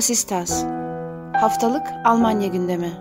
Was ist das? Haftalık Almanya gündemi.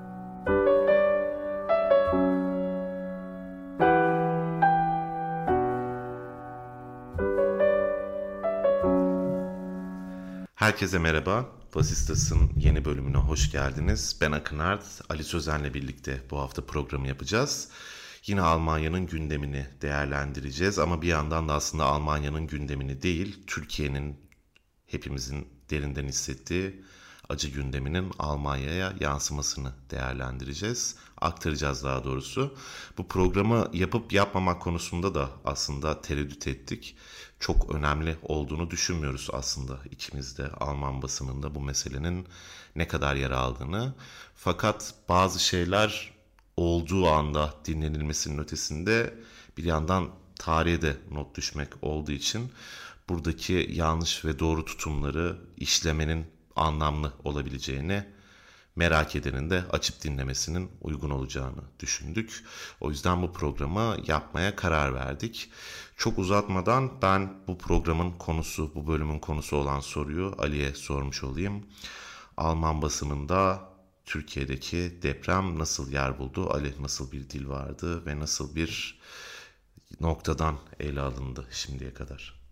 Herkese merhaba. Vasistas'ın yeni bölümüne hoş geldiniz. Ben Akın Art, Ali Sözen'le birlikte bu hafta programı yapacağız. Yine Almanya'nın gündemini değerlendireceğiz ama bir yandan da aslında Almanya'nın gündemini değil, Türkiye'nin hepimizin derinden hissettiği acı gündeminin Almanya'ya yansımasını değerlendireceğiz. Aktaracağız daha doğrusu. Bu programı yapıp yapmamak konusunda da aslında tereddüt ettik. Çok önemli olduğunu düşünmüyoruz aslında ikimiz de Alman basınında bu meselenin ne kadar yer aldığını. Fakat bazı şeyler olduğu anda dinlenilmesinin ötesinde bir yandan tarihe de not düşmek olduğu için buradaki yanlış ve doğru tutumları işlemenin anlamlı olabileceğini, merak edenin de açıp dinlemesinin uygun olacağını düşündük. O yüzden bu programı yapmaya karar verdik. Çok uzatmadan ben bu programın konusu, bu bölümün konusu olan soruyu Ali'ye sormuş olayım. Alman basınında Türkiye'deki deprem nasıl yer buldu? Ali, nasıl bir dil vardı ve nasıl bir noktadan ele alındı şimdiye kadar?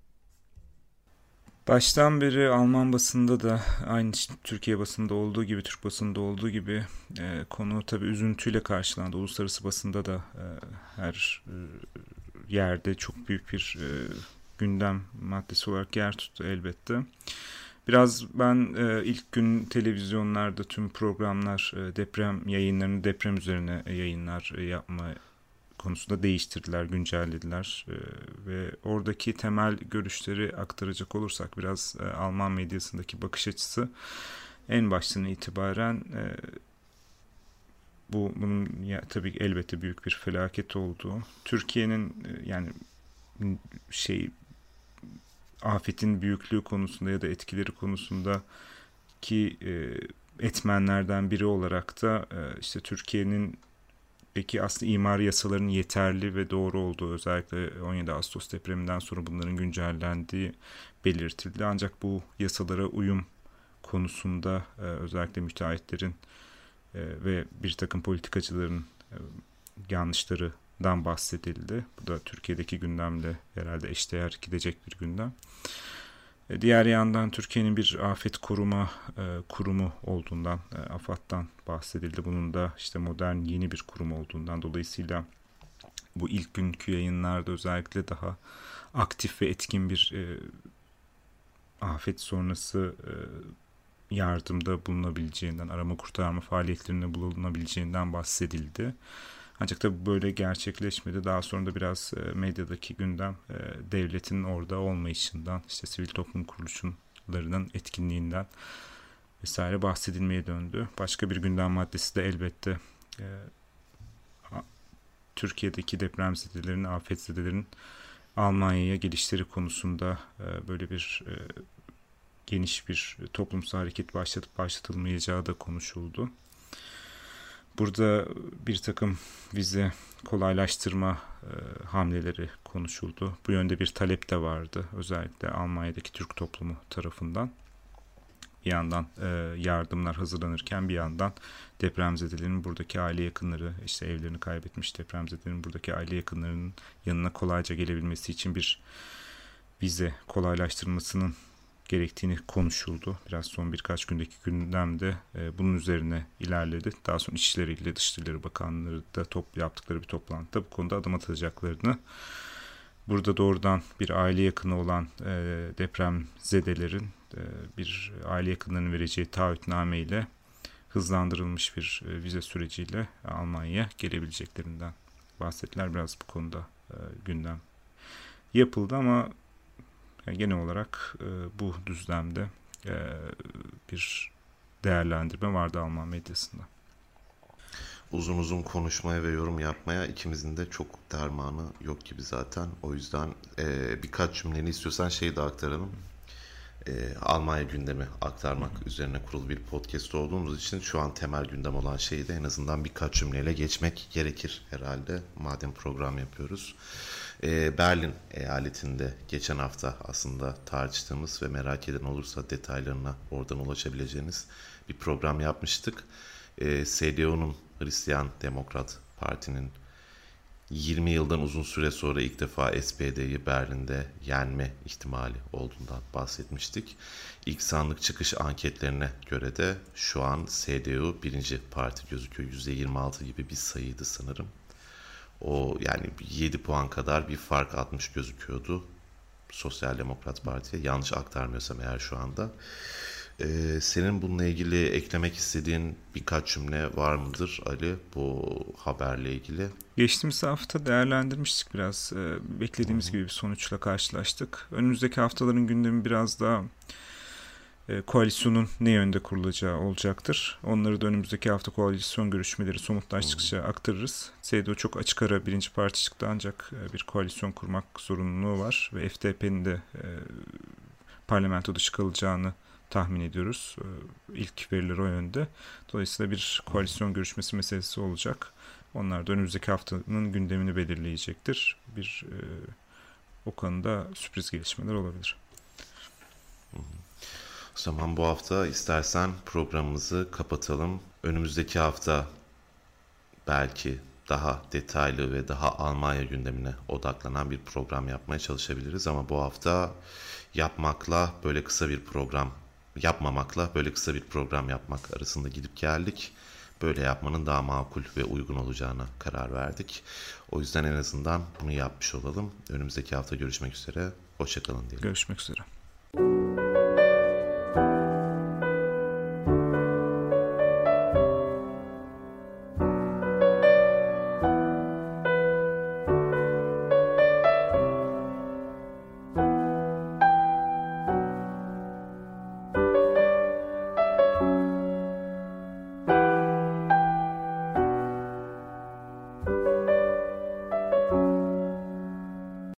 Baştan beri Alman basında da aynı Türkiye basında olduğu gibi, Türk basında olduğu gibi konu tabii üzüntüyle karşılandı. Uluslararası basında da her yerde çok büyük bir gündem maddesi olarak yer tuttu elbette. Biraz ben ilk gün televizyonlarda tüm programlar deprem yayınlarını deprem üzerine yayınlar yapma konusunda değiştirdiler, güncellediler ve oradaki temel görüşleri aktaracak olursak biraz Alman medyasındaki bakış açısı en baştan itibaren bunun tabii elbette büyük bir felaket olduğu, Türkiye'nin yani afetin büyüklüğü konusunda ya da etkileri konusunda ki etmenlerden biri olarak da işte Türkiye'nin peki aslında imar yasalarının yeterli ve doğru olduğu, özellikle 17 Ağustos depreminden sonra bunların güncellendiği belirtildi. Ancak bu yasalara uyum konusunda özellikle müteahhitlerin ve bir takım politikacıların yanlışlarından bahsedildi. Bu da Türkiye'deki gündemle herhalde eşdeğer gidecek bir gündem. Diğer yandan Türkiye'nin bir afet koruma kurumu olduğundan, AFAD'dan bahsedildi. Bunun da işte modern yeni bir kurum olduğundan dolayısıyla bu ilk günkü yayınlarda özellikle daha aktif ve etkin bir afet sonrası yardımda bulunabileceğinden, arama kurtarma faaliyetlerinde bulunabileceğinden bahsedildi. Ancak tabii böyle gerçekleşmedi. Daha sonra da biraz medyadaki gündem devletin orada olmayışından, işte sivil toplum kuruluşlarının etkinliğinden vesaire bahsedilmeye döndü. Başka bir gündem maddesi de elbette Türkiye'deki depremzedelerin, afetzedelerin Almanya'ya gelişleri konusunda böyle bir geniş bir toplumsal hareket başlatılmayacağı da konuşuldu. Burada bir takım vize kolaylaştırma hamleleri konuşuldu. Bu yönde bir talep de vardı. Özellikle Almanya'daki Türk toplumu tarafından. Bir yandan yardımlar hazırlanırken bir yandan depremzedelerin buradaki aile yakınları, işte evlerini kaybetmiş depremzedelerin buradaki aile yakınlarının yanına kolayca gelebilmesi için bir vize kolaylaştırmasının gerektiğini konuşuldu. Biraz son birkaç gündeki gündemde bunun üzerine ilerledi. Daha sonra İçişleri ile Dışişleri Bakanları da yaptıkları bir toplantıda bu konuda adım atacaklarını, burada doğrudan bir aile yakını olan depremzedelerin bir aile yakınlarının vereceği taahhütname ile hızlandırılmış bir vize süreciyle Almanya'ya gelebileceklerinden bahsettiler. Biraz bu konuda gündem yapıldı ama genel olarak bu düzlemde bir değerlendirme vardı Alman medyasında. Uzun uzun konuşmaya ve yorum yapmaya ikimizin de çok dermanı yok gibi zaten. O yüzden birkaç cümleni istiyorsan şeyi de aktaralım. Almanya gündemi aktarmak üzerine kurulu bir podcast olduğumuz için şu an temel gündem olan şeyi de en azından birkaç cümleyle geçmek gerekir herhalde madem program yapıyoruz. Berlin eyaletinde geçen hafta aslında tartıştığımız ve merak eden olursa detaylarına oradan ulaşabileceğiniz bir program yapmıştık. CDU'nun Hristiyan Demokrat Parti'nin 20 yıldan uzun süre sonra ilk defa SPD'yi Berlin'de yenme ihtimali olduğundan bahsetmiştik. İlk sandık çıkış anketlerine göre de şu an CDU birinci parti gözüküyor. %26 gibi bir sayıydı sanırım. O yani 7 puan kadar bir fark atmış gözüküyordu Sosyal Demokrat Parti'ye. Yanlış aktarmıyorsam eğer şu anda. Senin bununla ilgili eklemek istediğin birkaç cümle var mıdır Ali bu haberle ilgili? Geçtiğimiz hafta değerlendirmiştik biraz. Beklediğimiz gibi bir sonuçla karşılaştık. Önümüzdeki haftaların gündemi biraz daha koalisyonun ne yönde kurulacağı olacaktır. Onları da önümüzdeki hafta koalisyon görüşmeleri somutlaştıkça aktarırız. CDU çok açık ara birinci parti çıktı ancak bir koalisyon kurmak zorunluluğu var ve FDP'nin de parlamento dışı kalacağını tahmin ediyoruz. İlk veriler o yönde. Dolayısıyla bir koalisyon görüşmesi meselesi olacak. Onlar da önümüzdeki haftanın gündemini belirleyecektir. O konuda sürpriz gelişmeler olabilir. O zaman bu hafta istersen programımızı kapatalım. Önümüzdeki hafta belki daha detaylı ve daha Almanya gündemine odaklanan bir program yapmaya çalışabiliriz. Ama bu hafta yapmamakla böyle kısa bir program yapmak arasında gidip geldik. Böyle yapmanın daha makul ve uygun olacağına karar verdik. O yüzden en azından bunu yapmış olalım. Önümüzdeki hafta görüşmek üzere. Hoşça kalın diyelim. Görüşmek üzere.